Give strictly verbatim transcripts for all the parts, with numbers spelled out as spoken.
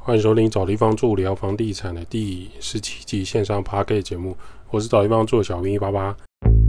欢迎收听找地方住聊房地产的第十七集线上 Podcast 节目，我是找地方住的小兵一八八。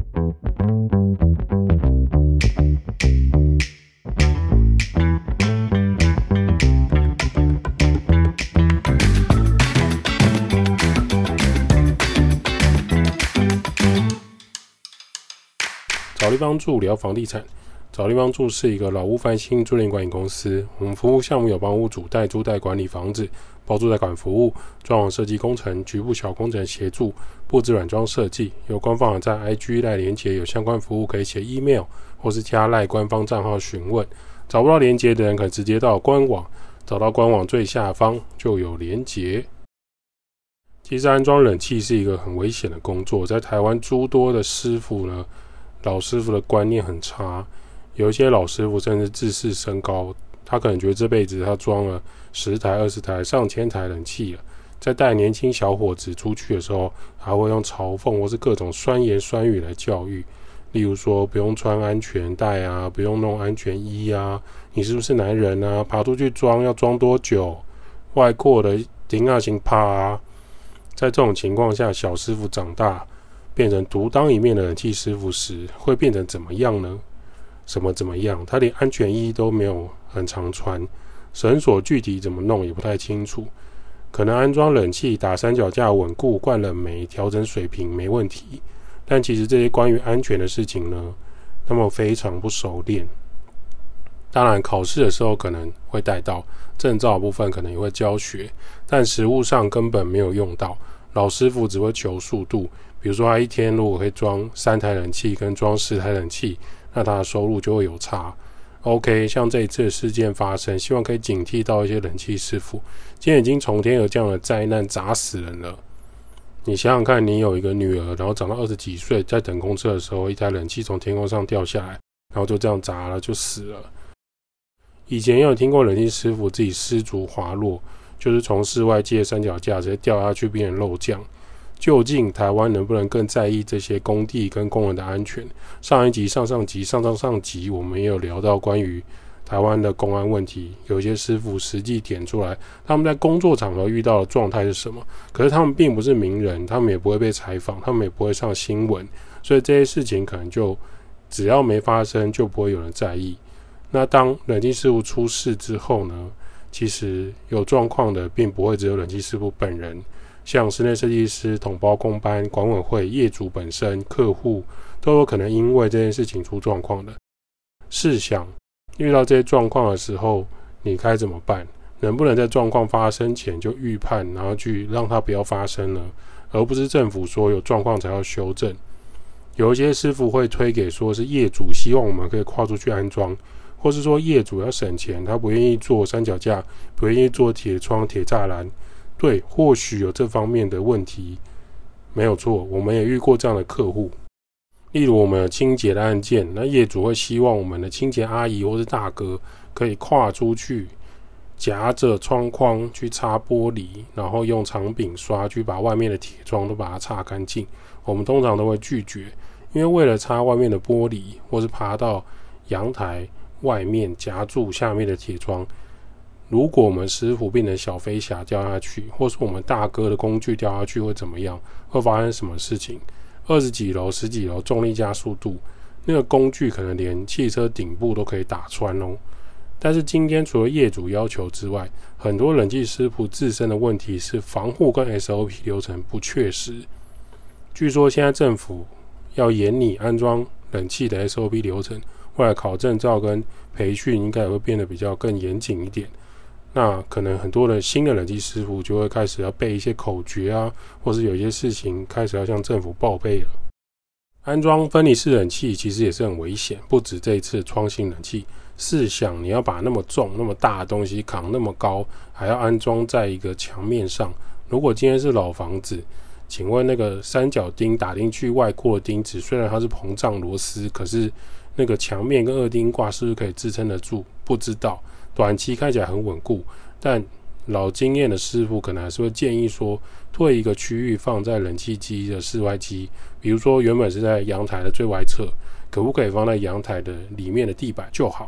找地方住聊房地产，找地方住是一个老屋翻新租赁管理公司，我们服务项目有帮屋主代租代管理房子、包租代管服务、装潢设计工程、局部小工程协助、布置软装设计。有官方网站 I G 赖连结，有相关服务可以写 email 或是加赖官方账号询问。找不到连结的人可以直接到官网，找到官网最下方就有连结。其实安装冷气是一个很危险的工作，在台湾诸多的师傅呢，老师傅的观念很差，有一些老师傅甚至自视甚高，他可能觉得这辈子他装了十台、二十台、上千台冷气了，在带年轻小伙子出去的时候，还会用嘲讽或是各种酸言酸语来教育，例如说不用穿安全带啊，不用弄安全衣啊，你是不是男人啊？爬出去装要装多久？外扩的顶啊行趴啊！在这种情况下，小师傅长大变成独当一面的冷气师傅时，会变成怎么样呢？什么怎么样？他连安全衣都没有很常穿，绳索具体怎么弄也不太清楚。可能安装冷气、打三脚架稳固、灌冷媒、调整水平没问题，但其实这些关于安全的事情呢，他们非常不熟练。当然考试的时候可能会带到，证照的部分可能也会教学，但实务上根本没有用到。老师傅只会求速度，比如说他一天如果可以装三台冷气跟装十台冷气，那他的收入就会有差。 OK， 像这一次的事件发生，希望可以警惕到一些冷气师傅，今天已经从天有这样的灾难砸死人了。你想想看，你有一个女儿，然后长到二十几岁，在等公车的时候，一台冷气从天空上掉下来，然后就这样砸了，就死了。以前也有听过冷气师傅自己失足滑落，就是从室外借三脚架直接掉下去变成肉酱。究竟台湾能不能更在意这些工地跟工人的安全？上一集、上上集、上上上集，我们也有聊到关于台湾的公安问题，有一些师傅实际点出来，他们在工作场合遇到的状态是什么。可是他们并不是名人，他们也不会被采访，他们也不会上新闻，所以这些事情可能就只要没发生，就不会有人在意。那当冷气师傅出事之后呢，其实有状况的并不会只有冷气师傅本人，像室内设计师、统包工班、管委会、业主本身、客户都有可能因为这件事情出状况的。试想遇到这些状况的时候，你该怎么办？能不能在状况发生前就预判，然后去让它不要发生呢？而不是政府说有状况才要修正。有一些师傅会推给说是业主希望我们可以跨出去安装，或是说业主要省钱，他不愿意做三脚架，不愿意做铁窗、铁栅栏。对，或许有这方面的问题，没有错，我们也遇过这样的客户。例如我们有清洁的案件，那业主会希望我们的清洁阿姨或是大哥可以跨出去，夹着窗框去擦玻璃，然后用长柄刷去把外面的铁窗都把它擦干净。我们通常都会拒绝，因为为了擦外面的玻璃，或是爬到阳台外面夹住下面的铁窗，如果我们师傅变成小飞侠掉下去，或是我们大哥的工具掉下去会怎么样？会发生什么事情？二十几楼、十几楼，重力加速度，那个工具可能连汽车顶部都可以打穿哦。但是今天除了业主要求之外，很多冷气师傅自身的问题是防护跟 S O P 流程不确实。据说现在政府要严拟安装冷气的 S O P 流程，未来考证照跟培训应该也会变得比较更严谨一点。那可能很多的新的冷气师傅就会开始要背一些口诀啊，或是有一些事情开始要向政府报备了。安装分离式冷气其实也是很危险，不止这一次窗型冷气。试想你要把那么重那么大的东西扛那么高，还要安装在一个墙面上，如果今天是老房子，请问那个三角钉打进去外扩的钉子，虽然它是膨胀螺丝，可是那个墙面跟二钉挂是不是可以支撑得住？不知道。短期看起来很稳固，但老经验的师傅可能还是会建议说，退一个区域放在冷气机的室外机，比如说原本是在阳台的最外侧，可不可以放在阳台的里面的地板就好，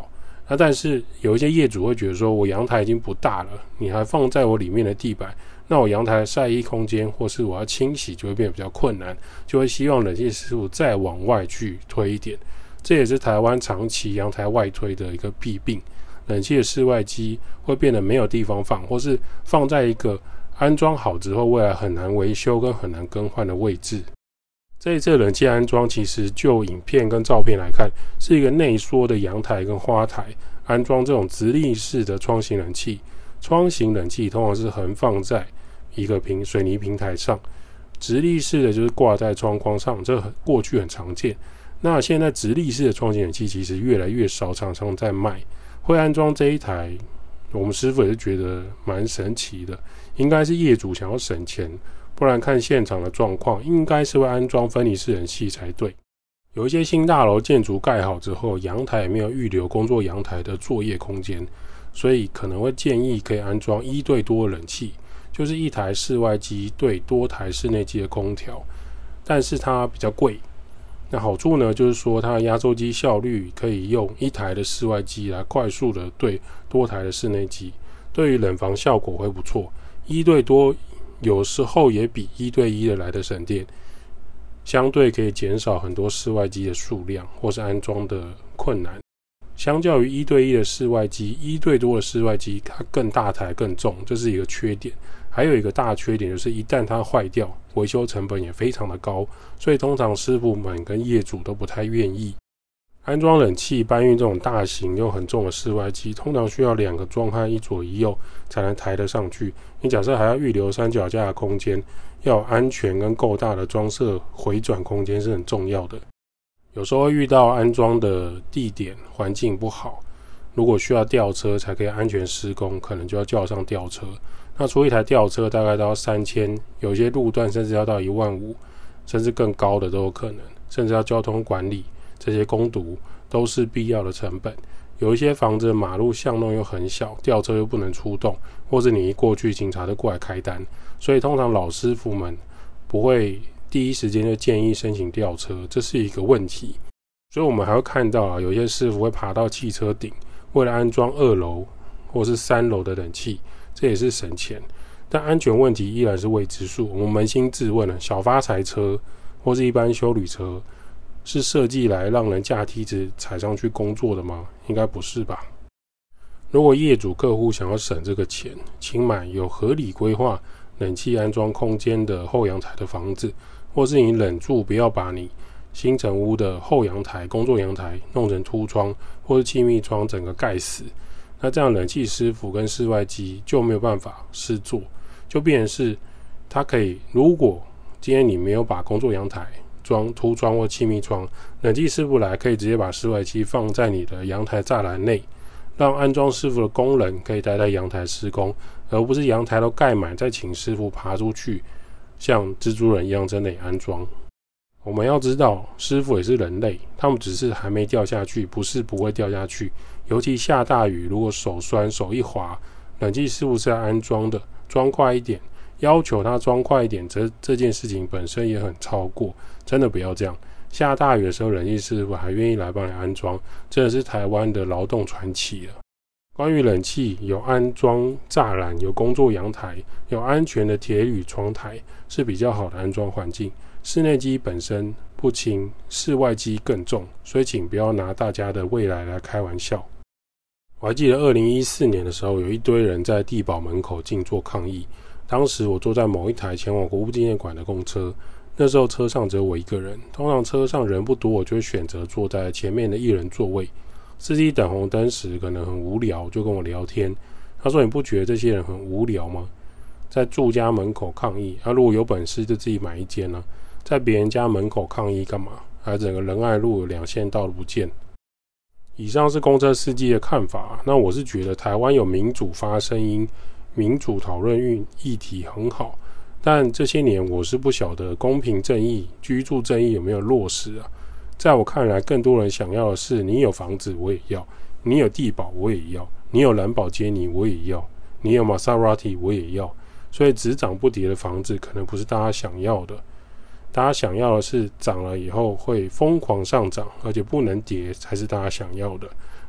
那但是有一些业主会觉得说，我阳台已经不大了，你还放在我里面的地板，那我阳台的晒衣空间或是我要清洗就会变得比较困难，就会希望冷气师傅再往外去推一点。这也是台湾长期阳台外推的一个弊病，冷气的室外机会变得没有地方放，或是放在一个安装好之后未来很难维修跟很难更换的位置。这一次冷气安装其实就影片跟照片来看，是一个内缩的阳台跟花台安装这种直立式的窗型冷气。窗型冷气通常是横放在一个平水泥平台上，直立式的就是挂在窗框上，这过去很常见。那现在直立式的窗型冷气其实越来越少厂商在卖，会安装这一台，我们师傅也是觉得蛮神奇的，应该是业主想要省钱，不然看现场的状况，应该是会安装分离式冷气才对。有一些新大楼建筑盖好之后，阳台也没有预留工作阳台的作业空间，所以可能会建议可以安装一对多的冷气，就是一台室外机对多台室内机的空调，但是它比较贵。那好处呢，就是说它的压缩机效率可以用一台的室外机来快速的对多台的室内机，对于冷房效果会不错。一对多有时候也比一对一的来的省电，相对可以减少很多室外机的数量或是安装的困难。相较于一对一的室外机，一对多的室外机它更大台更重，这是一个缺点。还有一个大缺点就是一旦它坏掉，维修成本也非常的高，所以通常师傅们跟业主都不太愿意安装冷气。搬运这种大型又很重的室外机，通常需要两个装汉一左一右才能抬得上去。你假设还要预留三脚架的空间，要有安全跟够大的装设回转空间是很重要的。有时候会遇到安装的地点环境不好，如果需要吊车才可以安全施工，可能就要叫上吊车。那出一台吊车大概都要三千，有些路段甚至要到一万五，甚至更高的都有可能，甚至要交通管理这些工读都是必要的成本。有一些房子马路巷弄又很小，吊车又不能出动，或者你一过去警察就过来开单，所以通常老师傅们不会第一时间就建议申请吊车，这是一个问题。所以我们还会看到啊，有些师傅会爬到汽车顶，为了安装二楼或是三楼的冷气，这也是省钱，但安全问题依然是未知数。我们扪心自问了，小发财车或是一般休旅车是设计来让人架梯子踩上去工作的吗？应该不是吧。如果业主客户想要省这个钱，请买有合理规划冷气安装空间的后阳台的房子，或是你忍住不要把你新成屋的后阳台、工作阳台弄成凸窗或是气密窗整个盖死，那这样冷气师傅跟室外机就没有办法施作，就变成是它可以，如果今天你没有把工作阳台装凸窗或气密窗，冷气师傅来可以直接把室外机放在你的阳台栅栏内，让安装师傅的工人可以待在阳台施工，而不是阳台都盖满再请师傅爬出去像蜘蛛人一样在那里安装。我们要知道师傅也是人类，他们只是还没掉下去，不是不会掉下去。尤其下大雨，如果手酸手一滑，冷气师傅是要安装的，装快一点，要求他装快一点，这这件事情本身也很超过，真的不要这样。下大雨的时候，冷气师傅还愿意来帮你安装，真的是台湾的劳动传奇了。关于冷气，有安装栅栏，有工作阳台，有安全的铁铝窗台，是比较好的安装环境。室内机本身不轻，室外机更重，所以请不要拿大家的未来来开玩笑。我还记得二零一四年的时候，有一堆人在地堡门口静坐抗议。当时我坐在某一台前往国父纪念馆的公车，那时候车上只有我一个人。通常车上人不多，我就会选择坐在前面的一人座位。司机等红灯时可能很无聊，就跟我聊天。他说：“你不觉得这些人很无聊吗？在住家门口抗议，啊，如果有本事就自己买一间啊，在别人家门口抗议干嘛？还整个仁爱路有两线道都不见。”以上是公车司机的看法。那我是觉得台湾有民主发声音，民主讨论议题很好，但这些年我是不晓得公平正义、居住正义有没有落实啊。在我看来，更多人想要的是你有房子我也要，你有地堡我也要，你有兰宝坚尼我也要，你有玛莎拉蒂我也要。所以只涨不跌的房子可能不是大家想要的，大家想要的是涨了以后会疯狂上涨，而且不能跌才是大家想要的。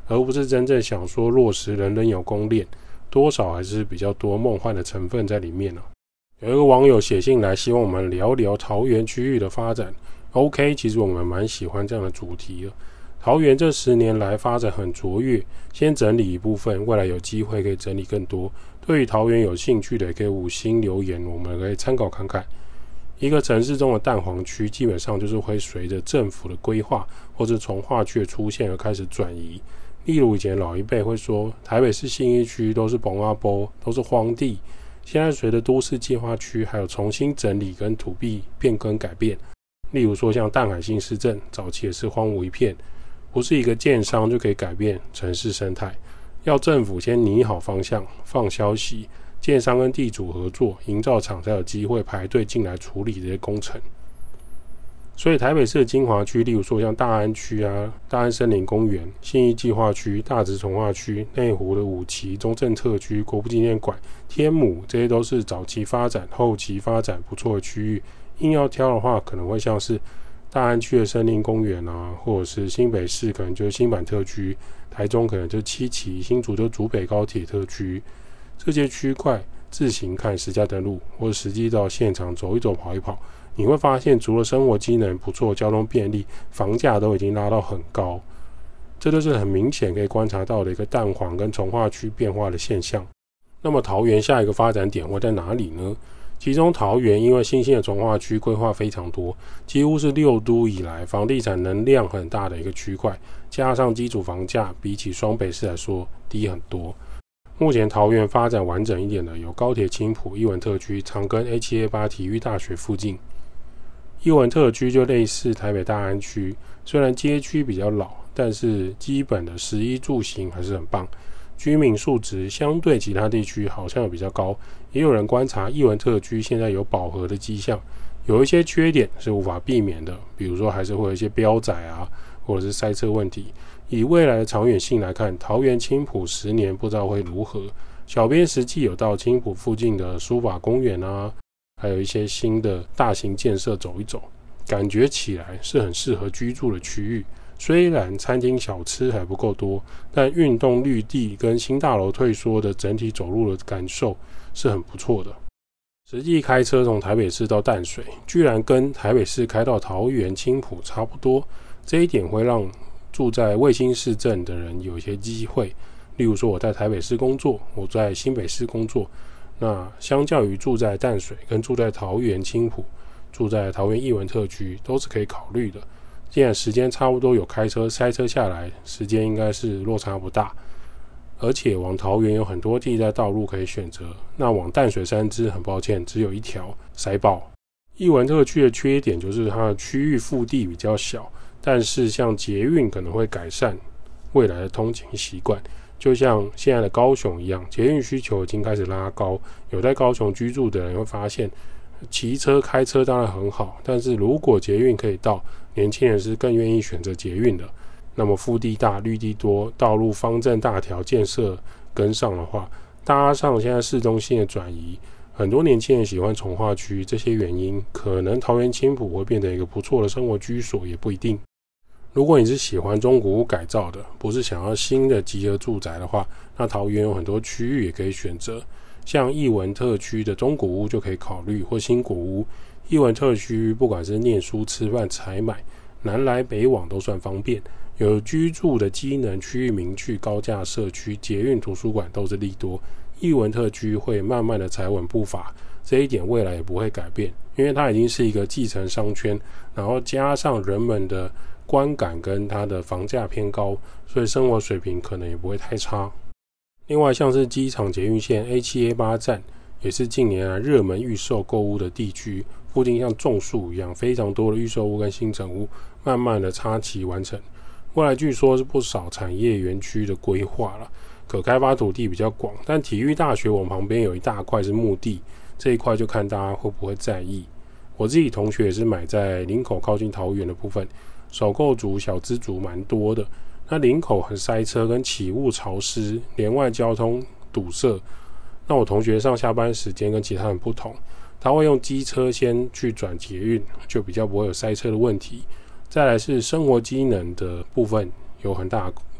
而不是真正想说落实人人有公链，多少还是比较多梦幻的成分在里面、啊、有一个网友写信来，希望我们聊聊桃园区域的发展。 OK， 其实我们蛮喜欢这样的主题的。桃园这十年来发展很卓越，先整理一部分，未来有机会可以整理更多。对于桃园有兴趣的也可以五星留言，我们可以参考看看。一个城市中的蛋黄区基本上就是会随着政府的规划或者从化区的出现而开始转移。例如以前老一辈会说台北市信义区都是崩阿波，都是荒地，现在随着都市计划区还有重新整理跟土地变更改变，例如说像淡海新市镇早期也是荒芜一片，不是一个建商就可以改变城市生态，要政府先拟好方向放消息，建商跟地主合作，营造厂才有机会排队进来处理这些工程。所以台北市的精华区，例如说像大安区啊、大安森林公园、信义计划区、大直重划区、内湖的五期、中正特区、国父纪念馆、天母，这些都是早期发展、后期发展不错的区域。硬要挑的话，可能会像是大安区的森林公园啊，或者是新北市可能就是新板特区，台中可能就七期，新竹就竹北高铁特区。这些区块自行看实价登录，或者实际到现场走一走跑一跑，你会发现除了生活机能不错、交通便利，房价都已经拉到很高，这就是很明显可以观察到的一个蛋黄跟重划区变化的现象。那么桃园下一个发展点会在哪里呢？其中桃园因为新兴的重划区规划非常多，几乎是六都以来房地产能量很大的一个区块，加上基础房价比起双北市来说低很多。目前桃园发展完整一点的有高铁青埔、艺文特区、长庚 A 七 A 八 体育大学附近。艺文特区就类似台北大安区，虽然街区比较老，但是基本的食衣住行还是很棒，居民素质相对其他地区好像有比较高。也有人观察艺文特区现在有饱和的迹象，有一些缺点是无法避免的，比如说还是会有一些标载啊，或者是塞车问题。以未来的长远性来看，桃园青埔十年不知道会如何。小编实际有到青埔附近的书法公园啊，还有一些新的大型建设走一走，感觉起来是很适合居住的区域。虽然餐厅小吃还不够多，但运动绿地跟新大楼退缩的整体走路的感受是很不错的。实际开车从台北市到淡水，居然跟台北市开到桃园青埔差不多，这一点会让住在卫星市镇的人有一些机会。例如说我在台北市工作，我在新北市工作，那相较于住在淡水跟住在桃园青埔、住在桃园艺文特区都是可以考虑的。既然时间差不多，有开车塞车下来，时间应该是落差不大，而且往桃园有很多替代道路可以选择。那往淡水三支很抱歉只有一条，塞爆。艺文特区的缺点就是它的区域腹地比较小，但是像捷运可能会改善未来的通勤习惯，就像现在的高雄一样，捷运需求已经开始拉高。有在高雄居住的人会发现，骑车开车当然很好，但是如果捷运可以到，年轻人是更愿意选择捷运的。那么腹地大、绿地多、道路方正大条建设跟上的话，搭上现在市中心的转移，很多年轻人喜欢重划区，这些原因可能桃园青埔会变成一个不错的生活居所，也不一定。如果你是喜欢中古屋改造的，不是想要新的集合住宅的话，那桃园有很多区域也可以选择，像艺文特区的中古屋就可以考虑，或新古屋。艺文特区不管是念书、吃饭、采买，南来北往都算方便，有居住的机能，区域明确，高架社区、捷运、图书馆都是利多。艺文特区会慢慢的踩稳步伐，这一点未来也不会改变，因为它已经是一个继承商圈，然后加上人们的观感跟它的房价偏高，所以生活水平可能也不会太差。另外像是机场捷运线 A 七 A 八 站，也是近年来热门预售购屋的地区，附近像种树一样，非常多的预售屋跟新成屋慢慢的插旗完成。未来据说是不少产业园区的规划了，可开发土地比较广，但体育大学往旁边有一大块是墓地，这一块就看大家会不会在意。我自己同学也是买在林口靠近桃园的部分，首购族小资族蛮多的。那林口很塞车，跟起雾潮湿，连外交通堵塞。那我同学上下班时间跟其他人不同，他会用机车先去转捷运，就比较不会有塞车的问题。再来是生活机能的部分有很大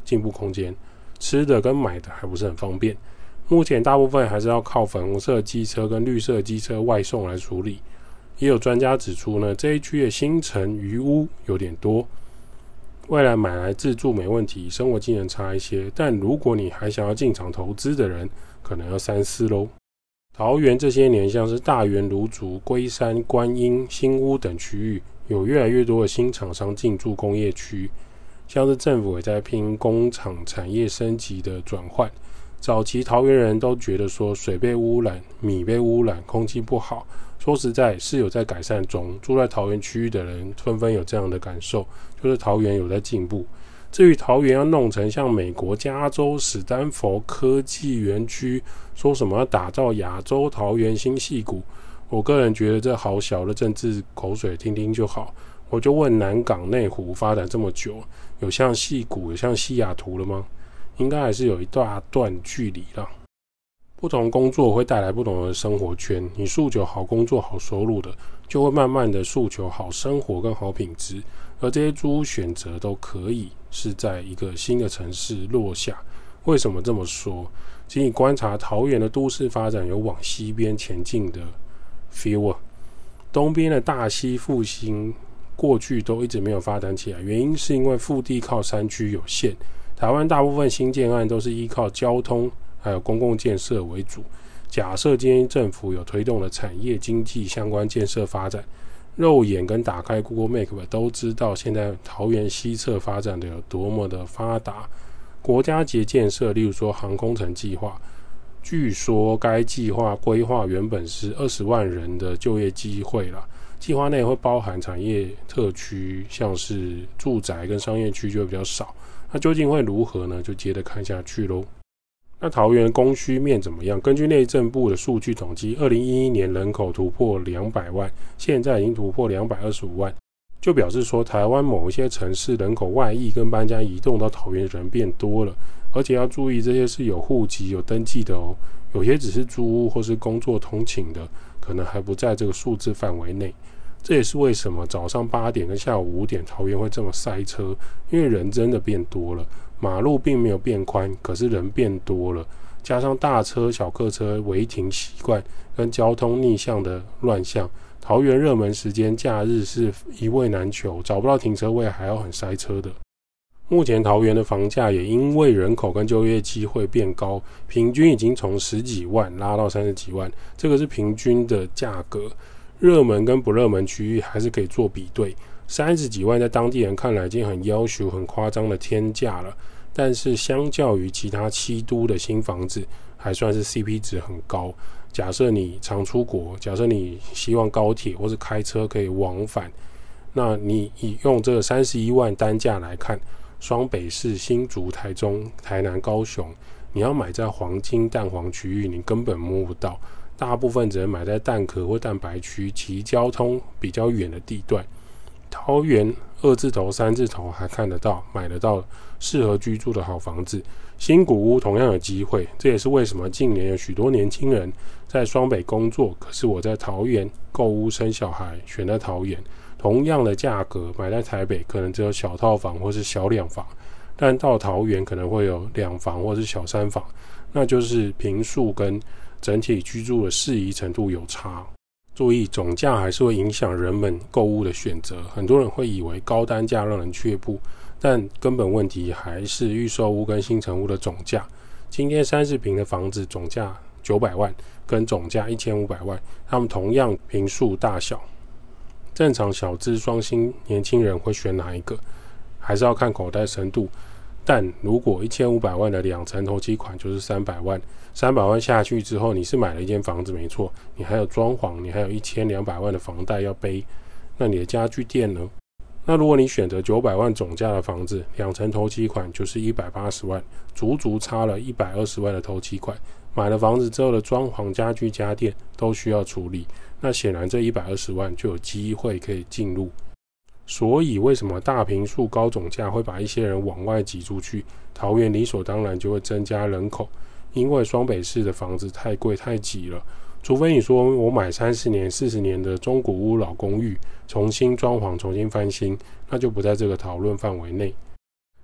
进步空间，吃的跟买的还不是很方便。目前大部分还是要靠粉红色机车跟绿色机车外送来处理。也有专家指出呢，这一区的新城余屋有点多，未来买来自住没问题，生活技能差一些，但如果你还想要进场投资的人，可能要三思咯。桃园这些年像是大园、芦竹、龟山、观音、新屋等区域，有越来越多的新厂商进驻工业区，像是政府也在拼工厂产业升级的转换。早期桃园人都觉得说水被污染、米被污染、空气不好，说实在是有在改善中，住在桃园区域的人纷纷有这样的感受，就是桃园有在进步。至于桃园要弄成像美国加州史丹佛科技园区，说什么要打造亚洲桃园新矽谷，我个人觉得这好小的政治口水，听听就好。我就问南港内湖发展这么久，有像矽谷有像西雅图了吗？应该还是有一大段距离啦。不同工作会带来不同的生活圈，你诉求好工作好收入的，就会慢慢的诉求好生活跟好品质，而这些租屋选择都可以是在一个新的城市落下。为什么这么说？请你观察桃园的都市发展有往西边前进的 feel 啊，东边的大溪复兴过去都一直没有发展起来，原因是因为腹地靠山区有限，台湾大部分新建案都是依靠交通还有公共建设为主。假设今天政府有推动的产业经济相关建设发展，肉眼跟打开 Google Map 都知道现在桃园西侧发展的有多么的发达。国家级建设，例如说航空城计划，据说该计划规划原本是二十万人的就业机会啦，计划内会包含产业特区，像是住宅跟商业区就会比较少。那究竟会如何呢？就接着看下去咯。那桃园供需面怎么样？根据内政部的数据统计，二零一一年人口突破两百万，现在已经突破两百二十五万，就表示说台湾某一些城市人口外溢跟搬家移动到桃园人变多了，而且要注意这些是有户籍有登记的哦，有些只是租屋或是工作通勤的，可能还不在这个数字范围内。这也是为什么早上八点跟下午五点桃园会这么塞车，因为人真的变多了，马路并没有变宽，可是人变多了，加上大车小客车违停习惯跟交通逆向的乱象，桃园热门时间假日是一位难求，找不到停车位还要很塞车的。目前桃园的房价也因为人口跟就业机会变高，平均已经从十几万拉到三十几万，这个是平均的价格。热门跟不热门区域还是可以做比对，三十几万在当地人看来已经很要求很夸张的天价了，但是相较于其他七都的新房子还算是 C P 值很高。假设你常出国，假设你希望高铁或是开车可以往返，那你以用这个三十一万单价来看，双北市、新竹、台中、台南、高雄，你要买在黄金蛋黄区域你根本摸不到，大部分只能买在蛋壳或蛋白区，其交通比较远的地段。桃园二字头三字头还看得到买得到适合居住的好房子，新古屋同样有机会，这也是为什么近年有许多年轻人在双北工作，可是我在桃园购屋生小孩选在桃园，同样的价格买在台北可能只有小套房或是小两房，但到桃园可能会有两房或是小三房，那就是坪数跟整体居住的适宜程度有差。注意，总价还是会影响人们购物的选择，很多人会以为高单价让人却步，但根本问题还是预售屋跟新成屋的总价。今天三十坪的房子总价九百万跟总价一千五百万，他们同样坪数大小，正常小资双薪年轻人会选哪一个？还是要看口袋深度。但如果一千五百万的两成头期款就是三百万，三百万下去之后，你是买了一间房子没错，你还有装潢，你还有一千两百万的房贷要背，那你的家具店呢？那如果你选择九百万总价的房子，两成头期款就是一百八十万，足足差了一百二十万的头期款，买了房子之后的装潢、家具、家电都需要处理，那显然这一百二十万就有机会可以进入。所以为什么大坪数高总价会把一些人往外挤出去？桃园理所当然就会增加人口，因为双北市的房子太贵太挤了。除非你说我买三十年、四十年的中古屋老公寓，重新装潢、重新翻新，那就不在这个讨论范围内。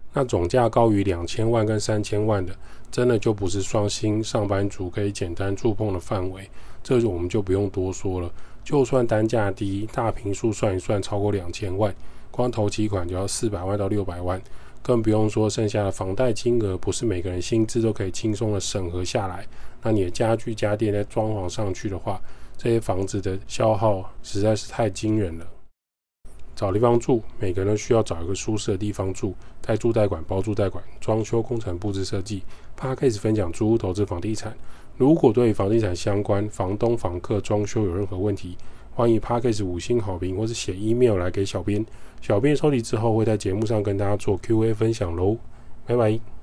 那总价高于两千万跟三千万的，真的就不是双薪上班族可以简单触碰的范围，这我们就不用多说了。就算单价低，大坪数算一算超过两千万，光头期款就要四百万到六百万，更不用说剩下的房贷金额，不是每个人薪资都可以轻松的审核下来。那你的家具家电在装潢上去的话，这些房子的消耗实在是太惊人了。找地方住，每个人都需要找一个舒适的地方住，带住代管、包住代管、装修工程、布置设计。Podcast 分享租屋投资房地产。如果对房地产相关、房东、房客、装修有任何问题，欢迎 Podcast 五星好评或是写 email 来给小编，小编收集之后会在节目上跟大家做 Q A 分享咯。拜拜。